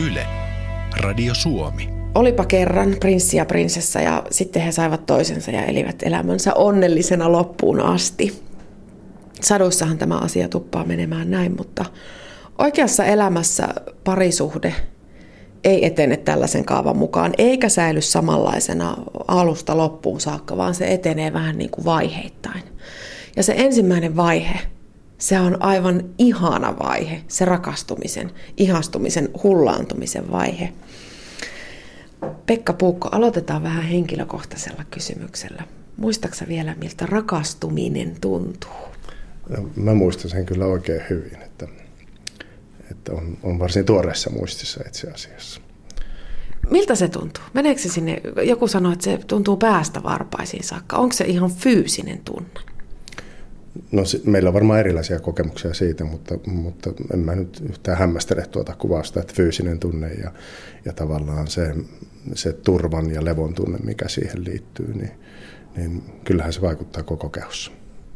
Yle, Radio Suomi. Olipa kerran prinssi ja prinsessa ja sitten he saivat toisensa ja elivät elämänsä onnellisena loppuun asti. Saduissahan tämä asia tuppaa menemään näin, mutta oikeassa elämässä parisuhde ei etene tällaisen kaavan mukaan, eikä säily samanlaisena alusta loppuun saakka, vaan se etenee vähän niin kuin vaiheittain. Ja se ensimmäinen vaihe, se on aivan ihana vaihe, se rakastumisen, ihastumisen, hullaantumisen vaihe. Pekka Puukko, aloitetaan vähän henkilökohtaisella kysymyksellä. Muistatko vielä, miltä rakastuminen tuntuu? No, mä muistan sen kyllä oikein hyvin, että on varsin tuoreessa muistissa itse asiassa. Miltä se tuntuu? Meneekö se sinne? Joku sanoo, että se tuntuu päästä varpaisiin saakka. Onko se ihan fyysinen tunne? No meillä on varmaan erilaisia kokemuksia siitä, mutta en mä nyt yhtään hämmästele tuota kuvausta, että fyysinen tunne ja tavallaan se turvan ja levon tunne, mikä siihen liittyy, niin kyllähän se vaikuttaa koko kehossa.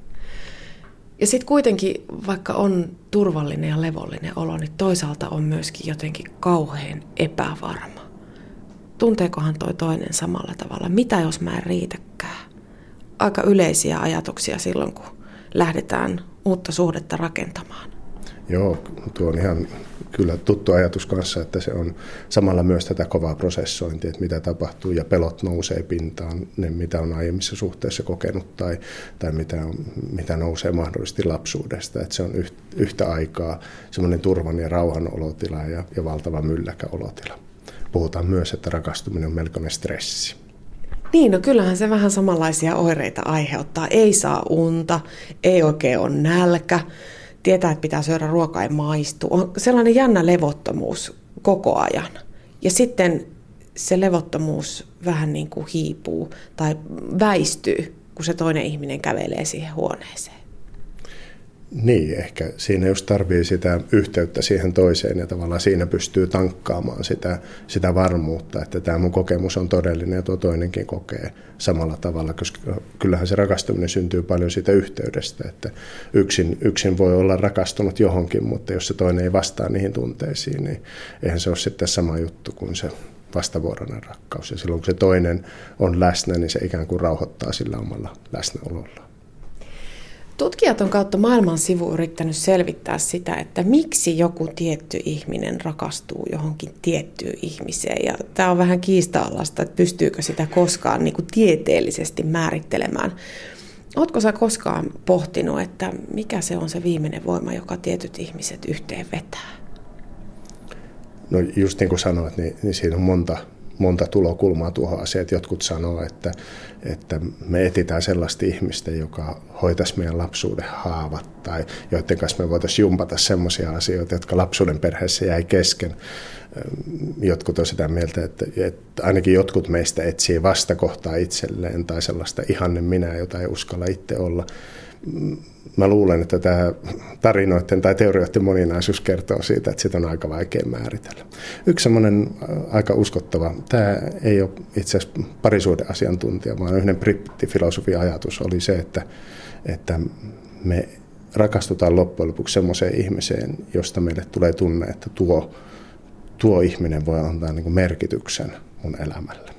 Ja sitten kuitenkin, vaikka on turvallinen ja levollinen olo, niin toisaalta on myöskin jotenkin kauhean epävarma. Tunteekohan toi toinen samalla tavalla? Mitä jos mä en riitäkään? Aika yleisiä ajatuksia silloin, kun lähdetään uutta suhdetta rakentamaan. Joo, tuo on ihan kyllä tuttu ajatus kanssa, että se on samalla myös tätä kovaa prosessointia, että mitä tapahtuu ja pelot nousee pintaan, ne mitä on aiemmissa suhteissa kokenut tai mitä nousee mahdollisesti lapsuudesta. Että se on yhtä aikaa semmoinen turvan ja rauhan olotila ja valtava mylläkä olotila. Puhutaan myös, että rakastuminen on melkoinen stressi. Niin, no kyllähän se vähän samanlaisia oireita aiheuttaa. Ei saa unta, ei oikein ole nälkä, tietää, että pitää syödä ruokaa, ei maistu. On sellainen jännä levottomuus koko ajan. Ja sitten se levottomuus vähän niin kuin hiipuu tai väistyy, kun se toinen ihminen kävelee siihen huoneeseen. Niin, ehkä siinä just tarvii sitä yhteyttä siihen toiseen ja tavallaan siinä pystyy tankkaamaan sitä varmuutta, että tämä mun kokemus on todellinen ja tuo toinenkin kokee samalla tavalla, koska kyllähän se rakastuminen syntyy paljon siitä yhteydestä, että yksin voi olla rakastunut johonkin, mutta jos se toinen ei vastaa niihin tunteisiin, niin eihän se ole sitten sama juttu kuin se vastavuoroinen rakkaus. Ja silloin kun se toinen on läsnä, niin se ikään kuin rauhoittaa sillä omalla läsnäololla. Tutkijat on kautta maailman sivu yrittänyt selvittää sitä, että miksi joku tietty ihminen rakastuu johonkin tiettyyn ihmiseen. Ja tämä on vähän kiista-alaista, että pystyykö sitä koskaan niin kuin tieteellisesti määrittelemään. Oletko sä koskaan pohtinut, että mikä se on se viimeinen voima, joka tietyt ihmiset yhteen vetää? No just niin kuin sanoit, niin siinä on monta tulokulmaa tuohon asiaan, että jotkut sanoo, että me etsitään sellaista ihmistä, joka hoitaisi meidän lapsuuden haavat tai joiden kanssa me voitaisiin jumpata sellaisia asioita, jotka lapsuuden perheessä jäi kesken. Jotkut on sitä mieltä, että ainakin jotkut meistä etsii vastakohtaa itselleen tai sellaista ihanne minä, jota ei uskalla itse olla. Mä luulen, että tämä tarinoiden tai teorioiden moninaisuus kertoo siitä, että sitä on aika vaikea määritellä. Yksi semmoinen aika uskottava, tämä ei ole itse asiassa parisuhdeasiantuntija, vaan yhden brittifilosofian ajatus oli se, että me rakastutaan loppujen lopuksi semmoiseen ihmiseen, josta meille tulee tunne, että tuo ihminen voi antaa niin kuin merkityksen mun elämälle.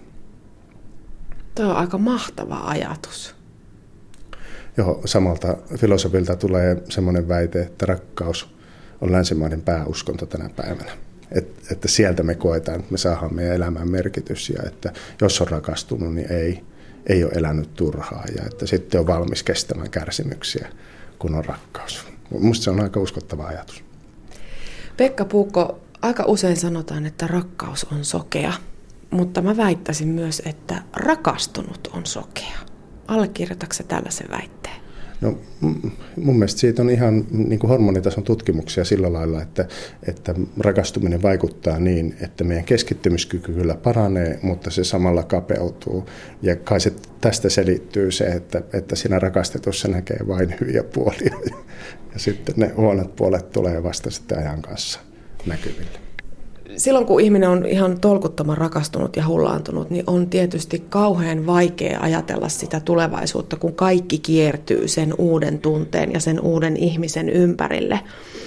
Tuo on aika mahtava ajatus. Joo, samalta filosofilta tulee semmoinen väite, että rakkaus on länsimainen pääuskonto tänä päivänä. Että sieltä me koetaan, että me saadaan meidän elämään merkitys ja että jos on rakastunut, niin ei ole elänyt turhaa ja että sitten on valmis kestämään kärsimyksiä, kun on rakkaus. Minusta se on aika uskottava ajatus. Pekka Puukko, aika usein sanotaan, että rakkaus on sokea, mutta mä väittäisin myös, että rakastunut on sokea. Allekirjoitatko sä tällaisen väitteen? No mun mielestä siitä on ihan niin kuin hormonitason tutkimuksia sillä lailla, että rakastuminen vaikuttaa niin, että meidän keskittymiskyky kyllä paranee, mutta se samalla kapeutuu. Ja kai se tästä selittyy se, että siinä rakastetussa näkee vain hyviä puolia ja sitten ne huonot puolet tulee vasta sitten ajan kanssa näkyville. Silloin kun ihminen on ihan tolkuttoman rakastunut ja hullaantunut, niin on tietysti kauhean vaikea ajatella sitä tulevaisuutta, kun kaikki kiertyy sen uuden tunteen ja sen uuden ihmisen ympärille.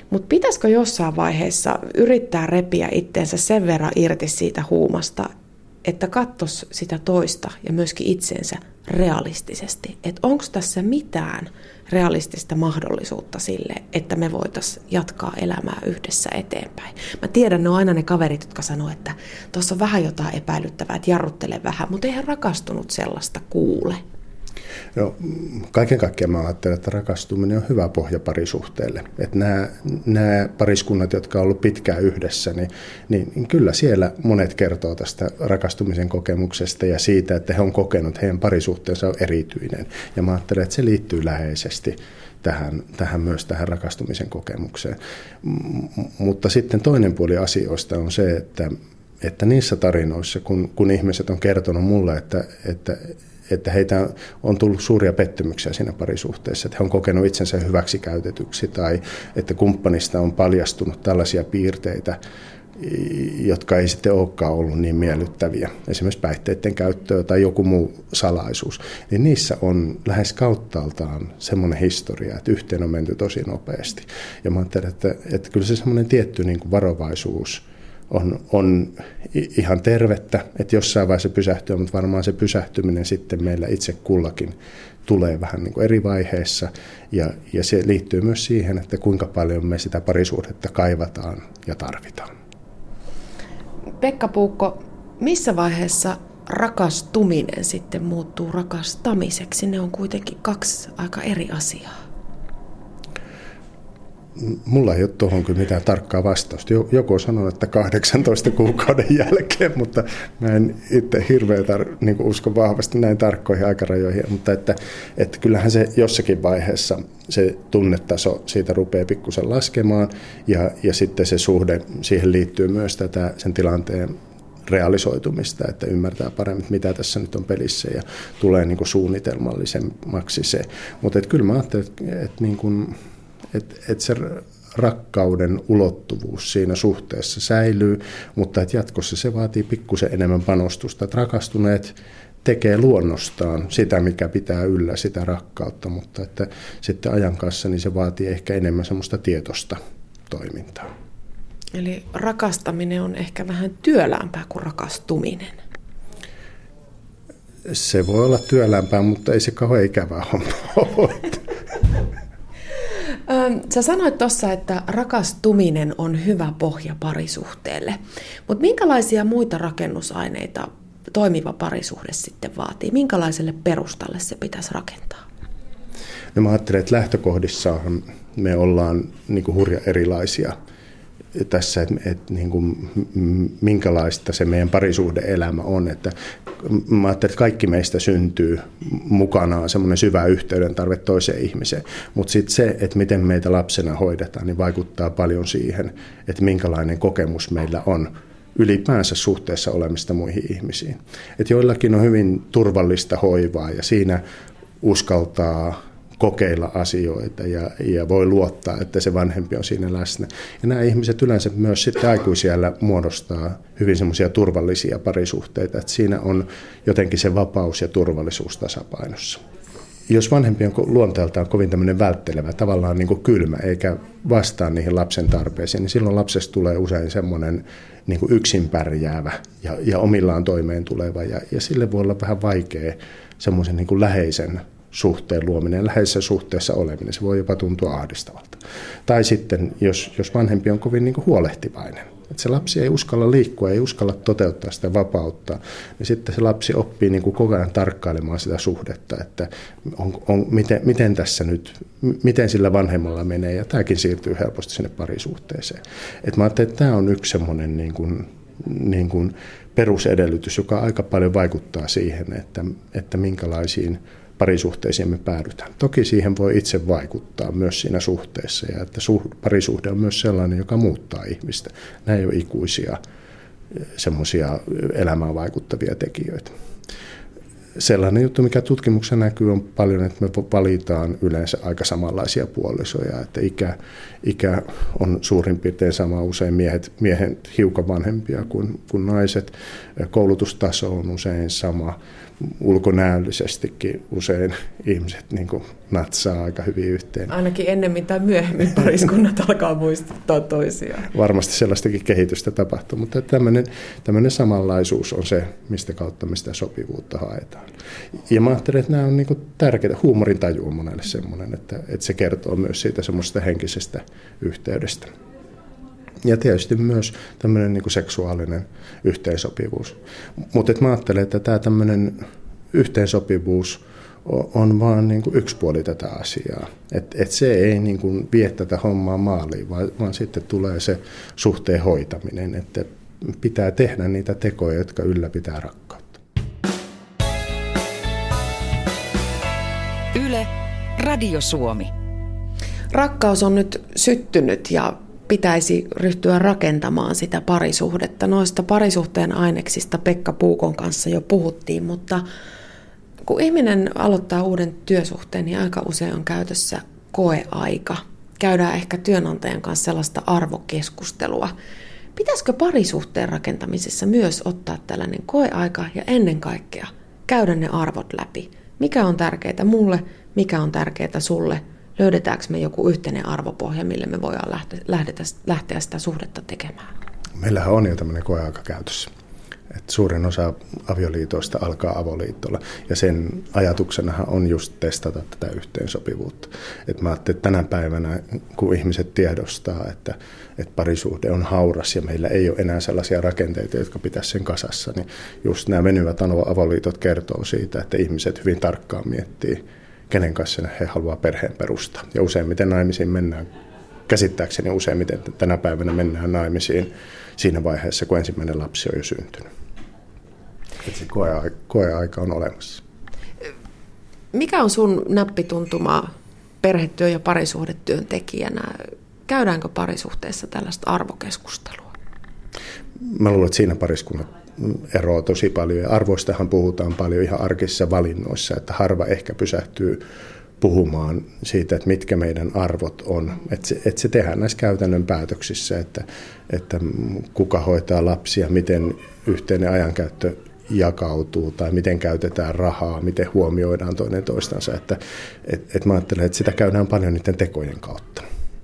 Mutta pitäisikö jossain vaiheessa yrittää repiä itteensä sen verran irti siitä huumasta, että katsoisi sitä toista ja myöskin itsensä realistisesti. Että onko tässä mitään realistista mahdollisuutta sille, että me voitaisiin jatkaa elämää yhdessä eteenpäin. Mä tiedän, ne on aina ne kaverit, jotka sanoo, että tuossa on vähän jotain epäilyttävää, että jarruttele vähän, mutta eihän rakastunut sellaista kuule. No, kaiken kaikkiaan mä ajattelen, että rakastuminen on hyvä pohja parisuhteelle. Että nämä pariskunnat, jotka on ollut pitkään yhdessä, niin kyllä siellä monet kertoo tästä rakastumisen kokemuksesta ja siitä, että he on kokenut, että heidän parisuhteensa on erityinen. Ja mä ajattelen, että se liittyy läheisesti myös tähän rakastumisen kokemukseen. Mutta sitten toinen puoli asioista on se, että niissä tarinoissa, kun ihmiset on kertonut mulle, että heitä on tullut suuria pettymyksiä siinä parisuhteessa, että he on kokenut itsensä hyväksikäytetyksi tai että kumppanista on paljastunut tällaisia piirteitä, jotka ei sitten olekaan ollut niin miellyttäviä, esimerkiksi päihteiden käyttöä tai joku muu salaisuus, niin niissä on lähes kauttaaltaan semmoinen historia, että yhteen on menty tosi nopeasti. Ja mä ajattelen, että kyllä se semmoinen tietty niin kuin varovaisuus on ihan tervettä, että jossain vaiheessa pysähtyy, mutta varmaan se pysähtyminen sitten meillä itse kullakin tulee vähän niin kuin eri vaiheessa. Ja se liittyy myös siihen, että kuinka paljon me sitä parisuhdetta kaivataan ja tarvitaan. Pekka Puukko, missä vaiheessa rakastuminen sitten muuttuu rakastamiseksi? Ne on kuitenkin kaksi aika eri asiaa. Mulla ei ole tuohon kyllä mitään tarkkaa vastausta. Joku sanoo, että 18 kuukauden jälkeen, mutta mä en itse hirveän niin usko vahvasti näin tarkkoihin aikarajoihin. Mutta että kyllähän se jossakin vaiheessa se tunnetaso siitä rupeaa pikkusen laskemaan ja sitten se suhde, siihen liittyy myös sen tilanteen realisoitumista, että ymmärtää paremmin, mitä tässä nyt on pelissä ja tulee niin kuin suunnitelmallisemmaksi se. Mutta kyllä mä ajattelen, että se rakkauden ulottuvuus siinä suhteessa säilyy, mutta että jatkossa se vaatii pikkusen enemmän panostusta. Että rakastuneet tekee luonnostaan sitä, mikä pitää yllä sitä rakkautta, mutta että sitten ajan kanssa niin se vaatii ehkä enemmän semmoista tietoista toimintaa. Eli rakastaminen on ehkä vähän työläämpää kuin rakastuminen. Se voi olla työlämpää, mutta ei se kauhean ikävää hommaa ole. Sä sanoit tuossa, että rakastuminen on hyvä pohja parisuhteelle, mutta minkälaisia muita rakennusaineita toimiva parisuhde sitten vaatii? Minkälaiselle perustalle se pitäisi rakentaa? No mä ajattelen, että lähtökohdissahan me ollaan niin kuin hurja erilaisia tässä, että niin kuin, minkälaista se meidän parisuhde-elämä on. Että mä ajattelen, että kaikki meistä syntyy mukanaan semmoinen syvä yhteyden tarve toiseen ihmiseen. Mutta sitten se, että miten meitä lapsena hoidetaan, niin vaikuttaa paljon siihen, että minkälainen kokemus meillä on ylipäänsä suhteessa olemista muihin ihmisiin. Että joillakin on hyvin turvallista hoivaa ja siinä uskaltaa kokeilla asioita ja voi luottaa, että se vanhempi on siinä läsnä. Ja nämä ihmiset yleensä myös sitten aikuisiällä muodostaa hyvin semmoisia turvallisia parisuhteita, että siinä on jotenkin se vapaus ja turvallisuus tasapainossa. Jos vanhempi on luonteeltaan kovin tämmöinen välttelevä, tavallaan niin kuin kylmä, eikä vastaa niihin lapsen tarpeisiin, niin silloin lapsesta tulee usein semmoinen niin kuin yksin pärjäävä ja omillaan toimeen tuleva, ja sille voi olla vähän vaikea semmoisen niin kuin läheisen suhteen luominen, läheisessä suhteessa oleminen, se voi jopa tuntua ahdistavalta. Tai sitten, jos vanhempi on kovin niin kuin huolehtivainen, että se lapsi ei uskalla liikkua, ei uskalla toteuttaa sitä vapautta, niin sitten se lapsi oppii niin kuin koko ajan tarkkailemaan sitä suhdetta, että miten tässä nyt, miten sillä vanhemmalla menee, ja tämäkin siirtyy helposti sinne parisuhteeseen. Että mä ajattelin, että tämä on yksi semmoinen niin kuin perusedellytys, joka aika paljon vaikuttaa siihen, että minkälaisiin parisuhteisiin me päädytään. Toki siihen voi itse vaikuttaa myös siinä suhteessa, ja että parisuhde on myös sellainen, joka muuttaa ihmistä. Nämä ei ole ikuisia semmoisia elämään vaikuttavia tekijöitä. Sellainen juttu, mikä tutkimuksessa näkyy, on paljon, että me valitaan yleensä aika samanlaisia puolisoja, että ikä on suurin piirtein sama, usein miehet hiukan vanhempia kuin naiset, koulutustaso on usein sama, ulkonäöllisestikin usein ihmiset niin kuin natsaa aika hyvin yhteen. Ainakin ennemmin tai myöhemmin pariskunnat alkaa muistuttaa toisiaan. Varmasti sellaistakin kehitystä tapahtuu, mutta tämmöinen samanlaisuus on se, mistä kautta me sitä sopivuutta haetaan. Ja mä ajattelen, että nämä on niin kuin tärkeitä. Huumorin taju on monelle semmoinen, että se kertoo myös siitä semmoisesta henkisestä yhteydestä. Ja tietysti myös tämmöinen niin kuin seksuaalinen yhteensopivuus. Mutta mä ajattelen, että tämä tämmöinen yhteensopivuus on vaan niin kuin yksi puoli tätä asiaa. Et se ei niin kuin vie tätä hommaa maaliin, vaan sitten tulee se suhteen hoitaminen, että pitää tehdä niitä tekoja, jotka ylläpitää rakkautta. Yle, Radio Suomi. Rakkaus on nyt syttynyt ja pitäisi ryhtyä rakentamaan sitä parisuhdetta. Noista parisuhteen aineksista Pekka Puukon kanssa jo puhuttiin, mutta kun ihminen aloittaa uuden työsuhteen, niin aika usein on käytössä koeaika. Käydään ehkä työnantajan kanssa sellaista arvokeskustelua. Pitäisikö parisuhteen rakentamisessa myös ottaa tällainen koeaika ja ennen kaikkea käydä ne arvot läpi? Mikä on tärkeää mulle, mikä on tärkeää sulle? Löydetäänkö me joku yhteinen arvopohja, mille me voidaan lähteä sitä suhdetta tekemään? Meillähän on jo tämmöinen koeaika käytössä. Et suurin osa avioliitoista alkaa avoliitolla, ja sen ajatuksenahan on just testata tätä yhteensopivuutta. Et mä ajattelin, että tänä päivänä, kun ihmiset tiedostaa, että parisuhde on hauras ja meillä ei ole enää sellaisia rakenteita, jotka pitäisi sen kasassa, niin just nämä venyvät avoliitot kertoo siitä, että ihmiset hyvin tarkkaan miettii, kenen kanssa he haluaa perheen perustaa. Ja useimmiten naimisiin mennään, käsittääkseni useimmiten tänä päivänä mennään naimisiin siinä vaiheessa, kun ensimmäinen lapsi on jo syntynyt. Että se koeaika on olemassa. Mikä on sun näppituntuma perhetyö- ja parisuhdetyön tekijänä? Käydäänkö parisuhteessa tällaista arvokeskustelua? Mä luulen, että siinä pariskunnat eroaa tosi paljon. Ja arvoistahan puhutaan paljon ihan arkisissa valinnoissa, että harva ehkä pysähtyy puhumaan siitä, että mitkä meidän arvot on. Että se tehdään näissä käytännön päätöksissä, että kuka hoitaa lapsia, miten yhteinen ajankäyttö jakautuu tai miten käytetään rahaa, miten huomioidaan toinen toistansa. Että mä ajattelen, että sitä käydään paljon niiden tekojen kautta.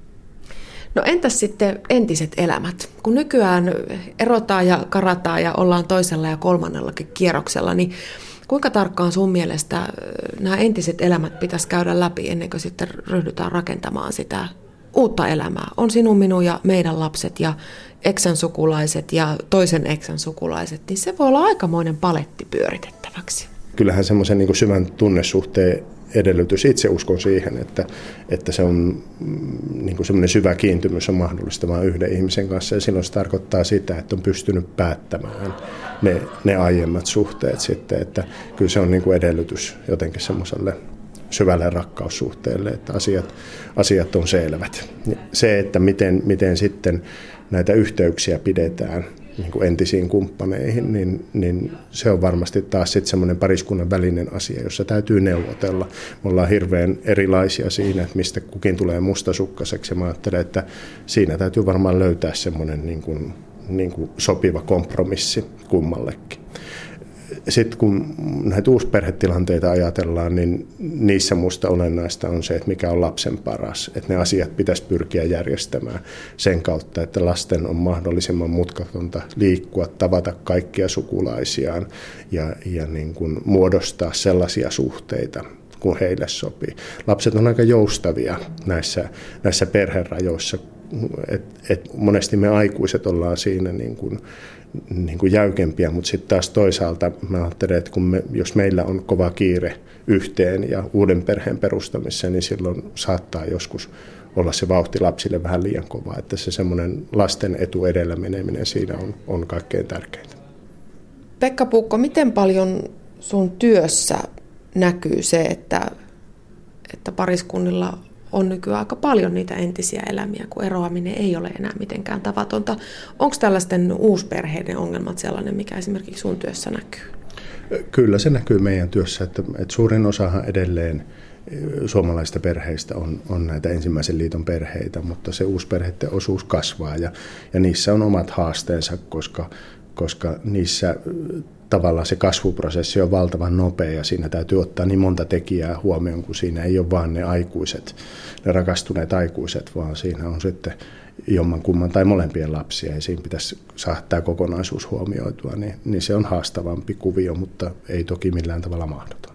No entäs sitten entiset elämät? Kun nykyään erotaan ja karataan ja ollaan toisella ja kolmannellakin kierroksella, niin kuinka tarkkaan sun mielestä nämä entiset elämät pitäisi käydä läpi ennen kuin sitten ryhdytään rakentamaan sitä uutta elämää? On sinun, minun ja meidän lapset ja eksän sukulaiset ja toisen eksän sukulaiset, niin se voi olla aikamoinen paletti pyöritettäväksi. Kyllähän semmoisen niin kuin syvän tunnesuhteen edellytys, itse uskon siihen, että se on niin kuin semmoinen syvä kiintymys on mahdollista vain yhden ihmisen kanssa, ja silloin se tarkoittaa sitä, että on pystynyt päättämään ne aiemmat suhteet sitten, että kyllä se on niin kuin edellytys jotenkin semmoiselle syvälle rakkaussuhteelle, että asiat on selvät. Se, että miten sitten näitä yhteyksiä pidetään niin kuin entisiin kumppaneihin, niin se on varmasti taas sitten semmoinen pariskunnan välinen asia, jossa täytyy neuvotella. Me ollaan hirveän erilaisia siinä, että mistä kukin tulee mustasukkaiseksi, ja mä ajattelen, että siinä täytyy varmaan löytää semmoinen niin kuin sopiva kompromissi kummallekin. Sitten kun näitä uusperhetilanteita ajatellaan, niin niissä musta olennaista on se, että mikä on lapsen paras. Että ne asiat pitäisi pyrkiä järjestämään sen kautta, että lasten on mahdollisimman mutkatonta liikkua, tavata kaikkia sukulaisiaan ja niin kuin muodostaa sellaisia suhteita, kun heille sopii. Lapset on aika joustavia näissä perherajoissa. Et monesti me aikuiset ollaan siinä niin kuin jäykempiä, mutta sitten taas toisaalta mä ajattelen, että jos meillä on kova kiire yhteen ja uuden perheen perustamisessa, niin silloin saattaa joskus olla se vauhti lapsille vähän liian kova, että se semmoinen lasten etu edellä meneminen siinä on kaikkein tärkeintä. Pekka Puukko, miten paljon sun työssä näkyy se, että pariskunnilla on nykyään aika paljon niitä entisiä elämiä, kun eroaminen ei ole enää mitenkään tavatonta. Onko tällaisten uusperheiden ongelmat sellainen, mikä esimerkiksi sun työssä näkyy? Kyllä se näkyy meidän työssä, että suurin osahan edelleen suomalaisista perheistä on näitä ensimmäisen liiton perheitä, mutta se uusperheiden osuus kasvaa ja niissä on omat haasteensa, koska niissä tavallaan se kasvuprosessi on valtavan nopea ja siinä täytyy ottaa niin monta tekijää huomioon, kun siinä ei ole vaan ne aikuiset, ne rakastuneet aikuiset, vaan siinä on sitten jommankumman tai molempien lapsia ja siinä pitäisi saada tämä kokonaisuus huomioitua, niin se on haastavampi kuvio, mutta ei toki millään tavalla mahdoton.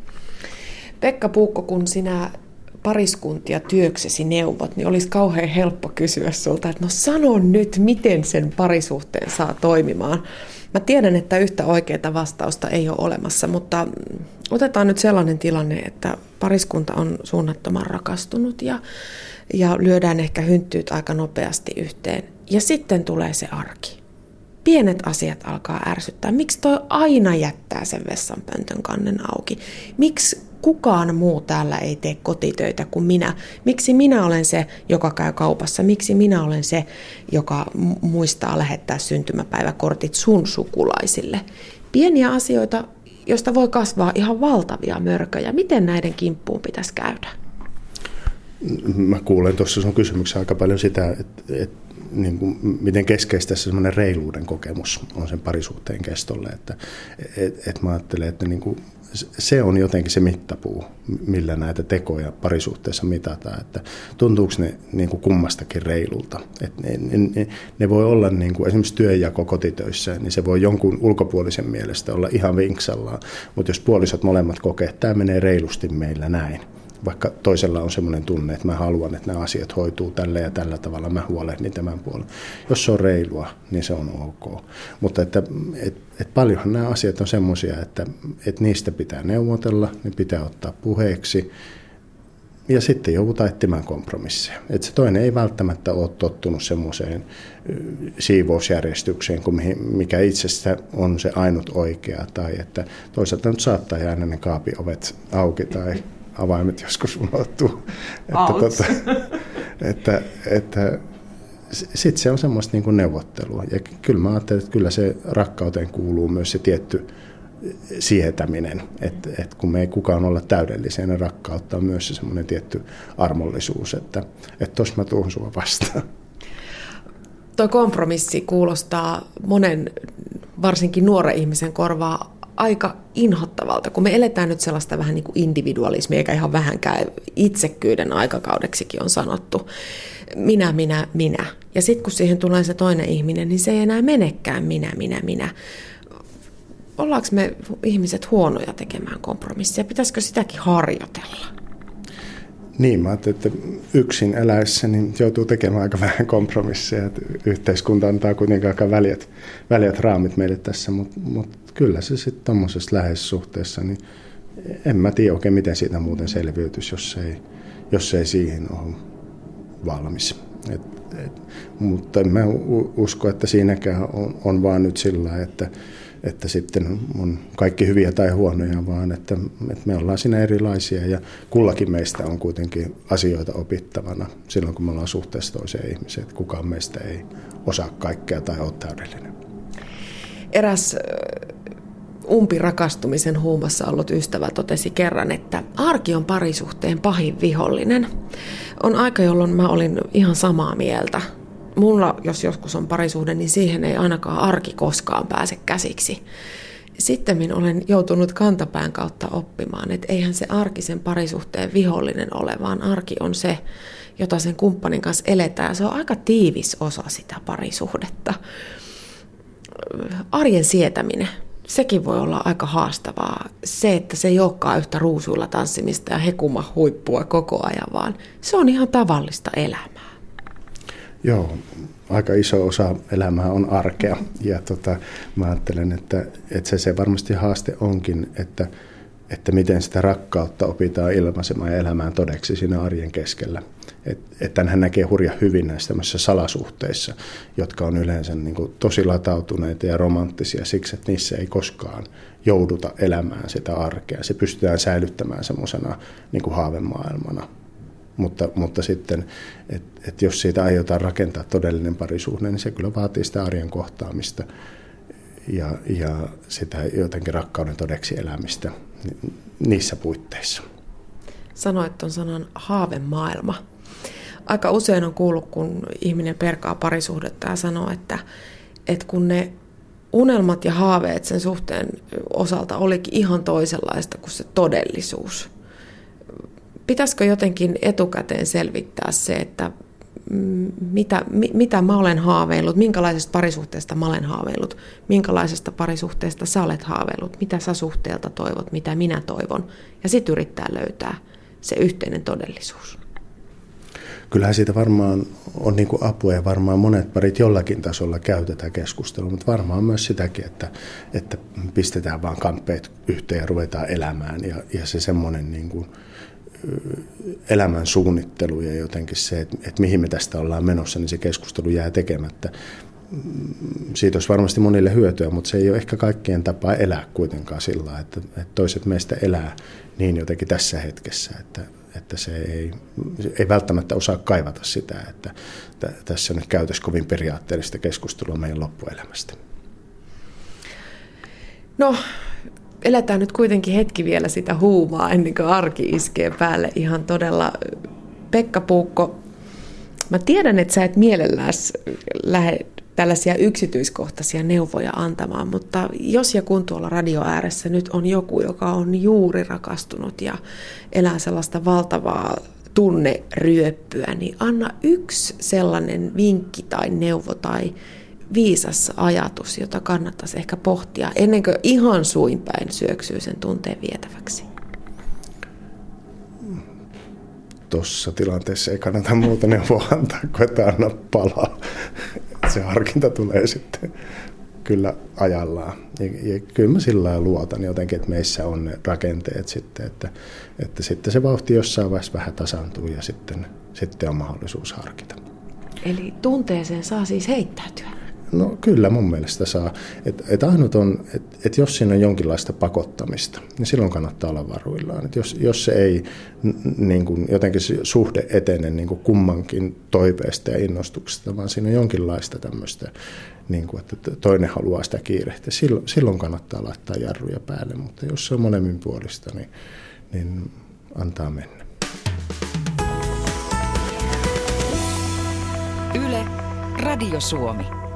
Pekka Puukko, kun sinä pariskuntia työksesi neuvot, niin olisi kauhean helppo kysyä sulta, että no sano nyt, miten sen parisuhteen saa toimimaan. Mä tiedän, että yhtä oikeaa vastausta ei ole olemassa, mutta otetaan nyt sellainen tilanne, että pariskunta on suunnattoman rakastunut ja lyödään ehkä hynttyyt aika nopeasti yhteen. Ja sitten tulee se arki. Pienet asiat alkaa ärsyttää. Miksi toi aina jättää sen vessanpöntön kannen auki? Miksi kukaan muu täällä ei tee kotitöitä kuin minä? Miksi minä olen se, joka käy kaupassa? Miksi minä olen se, joka muistaa lähettää syntymäpäiväkortit sun sukulaisille? Pieniä asioita, joista voi kasvaa ihan valtavia mörköjä. Miten näiden kimppuun pitäisi käydä? Mä kuulen tuossa sun kysymyksessä aika paljon sitä, että niin kuin, miten keskeistä semmoinen reiluuden kokemus on sen parisuhteen kestolle. Että mä ajattelen, että niin kuin, se on jotenkin se mittapuu, millä näitä tekoja parisuhteessa mitataan. Että tuntuuko ne niin kuin kummastakin reilulta. Että ne voi olla niin kuin esimerkiksi työnjako kotitöissä, niin se voi jonkun ulkopuolisen mielestä olla ihan vinksallaan. Mutta jos puolisot molemmat kokee, että tämä menee reilusti meillä näin. Vaikka toisella on semmoinen tunne, että mä haluan, että nämä asiat hoituu tällä ja tällä tavalla, mä huolehdin tämän puolen. Jos se on reilua, niin se on ok. Mutta että paljonhan nämä asiat on semmoisia, että niistä pitää neuvotella, ne pitää ottaa puheeksi ja sitten joudutaan etsimään kompromisseja. Että se toinen ei välttämättä ole tottunut semmoiseen siivousjärjestykseen, mikä itsestä on se ainut oikea. Tai että toisaalta nyt saattaa jäädä ne kaapiovet auki tai avaimet joskus unohtuu. Että sitten se on semmoista niin kuin neuvottelua. Ja kyllä mä ajattelen, että kyllä se rakkauteen kuuluu myös se tietty sietäminen. Että kun me ei kukaan olla täydellisiä, niin rakkautta on myös se semmoinen tietty armollisuus, että tossa mä tuun sua vastaan. Tuo kompromissi kuulostaa monen, varsinkin nuoren ihmisen korvaa aika inhottavalta, kun me eletään nyt sellaista vähän niin kuin individualismia, eikä ihan vähänkään itsekkyyden aikakaudeksikin on sanottu. Minä. Ja sitten kun siihen tulee se toinen ihminen, niin se ei enää menekään minä. Ollaanko me ihmiset huonoja tekemään kompromissia? Pitäisikö sitäkin harjoitella? Niin, mä ajattelin, että yksin eläessä niin joutuu tekemään aika vähän kompromisseja. Yhteiskunta antaa kuitenkin aika väljät raamit meille tässä, mutta kyllä se sitten tuommoisessa läheisessä suhteessa, niin en mä tiedä oikein, miten siitä muuten selviytyisi, jos ei siihen ole valmis. Mutta en mä usko, että siinäkään on vaan nyt sillä lailla, että sitten on kaikki hyviä tai huonoja, vaan että me ollaan siinä erilaisia ja kullakin meistä on kuitenkin asioita opittavana silloin, kun me ollaan suhteessa toiseen ihmiseen, että kukaan meistä ei osaa kaikkea tai ole täydellinen. Eräs umpirakastumisen huumassa ollut ystävä totesi kerran, että arki on parisuhteen pahin vihollinen. On aika, jolloin mä olin ihan samaa mieltä. Mulla, jos joskus on parisuhde, niin siihen ei ainakaan arki koskaan pääse käsiksi. Sitten olen joutunut kantapään kautta oppimaan, että eihän se arkisen parisuhteen vihollinen ole, vaan arki on se, jota sen kumppanin kanssa eletään. Se on aika tiivis osa sitä parisuhdetta. Arjen sietäminen, sekin voi olla aika haastavaa. Se, että se ei olekaan yhtä ruusuilla tanssimista ja hekuma huippua koko ajan, vaan se on ihan tavallista elämää. Joo, aika iso osa elämää on arkea ja mä ajattelen, että se varmasti haaste onkin, että miten sitä rakkautta opitaan ilmaisemaan ja elämään todeksi siinä arjen keskellä. Että hän näkee hurja hyvin näissä tämmöisissä salasuhteissa, jotka on yleensä niin kuin tosi latautuneita ja romanttisia siksi, että niissä ei koskaan jouduta elämään sitä arkea. Se pystytään säilyttämään semmoisena niin kuin haavemaailmana. Mutta sitten, että jos siitä aiotaan rakentaa todellinen parisuhde, niin se kyllä vaatii sitä arjen kohtaamista ja sitä jotenkin rakkauden todeksi elämistä niissä puitteissa. Sanoit tuon sanan haavemaailma. Aika usein on kuullut, kun ihminen perkaa parisuhdetta ja sanoo, että kun ne unelmat ja haaveet sen suhteen osalta olikin ihan toisenlaista kuin se todellisuus. Pitäisikö jotenkin etukäteen selvittää se, että mitä mä olen haaveillut, minkälaisesta parisuhteesta mä olen haaveillut, minkälaisesta parisuhteesta sä olet haaveillut, mitä sä suhteelta toivot, mitä minä toivon, ja sitten yrittää löytää se yhteinen todellisuus. Kyllähän siitä varmaan on niin kuin apua ja varmaan monet parit jollakin tasolla käy tätä keskustelua, mutta varmaan myös sitäkin, että pistetään vaan kamppeet yhteen ja ruvetaan elämään ja se semmoinen niin kuin elämän suunnittelu ja jotenkin se, että mihin me tästä ollaan menossa, niin se keskustelu jää tekemättä. Siitä olisi varmasti monille hyötyä, mutta se ei ole ehkä kaikkien tapaa elää kuitenkaan sillä lailla, että toiset meistä elää niin jotenkin tässä hetkessä, että se ei välttämättä osaa kaivata sitä, että tässä nyt käytössä kovin periaatteellista keskustelua meidän loppuelämästä. No, eletään nyt kuitenkin hetki vielä sitä huumaa ennen kuin arki iskee päälle ihan todella. Pekka Puukko, mä tiedän, että sä et mielelläsi lähde tällaisia yksityiskohtaisia neuvoja antamaan, mutta jos ja kun tuolla radio ääressä nyt on joku, joka on juuri rakastunut ja elää sellaista valtavaa tunneryöppyä, niin anna yksi sellainen vinkki tai neuvo tai viisas ajatus, jota kannattaisi ehkä pohtia ennen kuin ihan suin päin syöksyy sen tunteen vietäväksi. Tuossa tilanteessa ei kannata muuta neuvoa antaa, kun et anna palaa. Se harkinta tulee sitten kyllä ajallaan. Ja kyllä mä sillä lailla luotan jotenkin, että meissä on ne rakenteet sitten, että sitten se vauhti jossain vaiheessa vähän tasaantuu ja sitten on mahdollisuus harkita. Eli tunteeseen saa siis heittäytyä? No kyllä mun mielestä saa. Että ainut on, että jos siinä on jonkinlaista pakottamista, niin silloin kannattaa olla varuillaan. Että jos se ei niin kuin jotenkin se suhde etene niin kuin kummankin toiveesta ja innostuksesta, vaan siinä on jonkinlaista tämmöistä, niin kuin, että toinen haluaa sitä kiirehtiä, silloin kannattaa laittaa jarruja päälle. Mutta jos se on molemmin puolista, niin antaa mennä. Yle, Radio Suomi.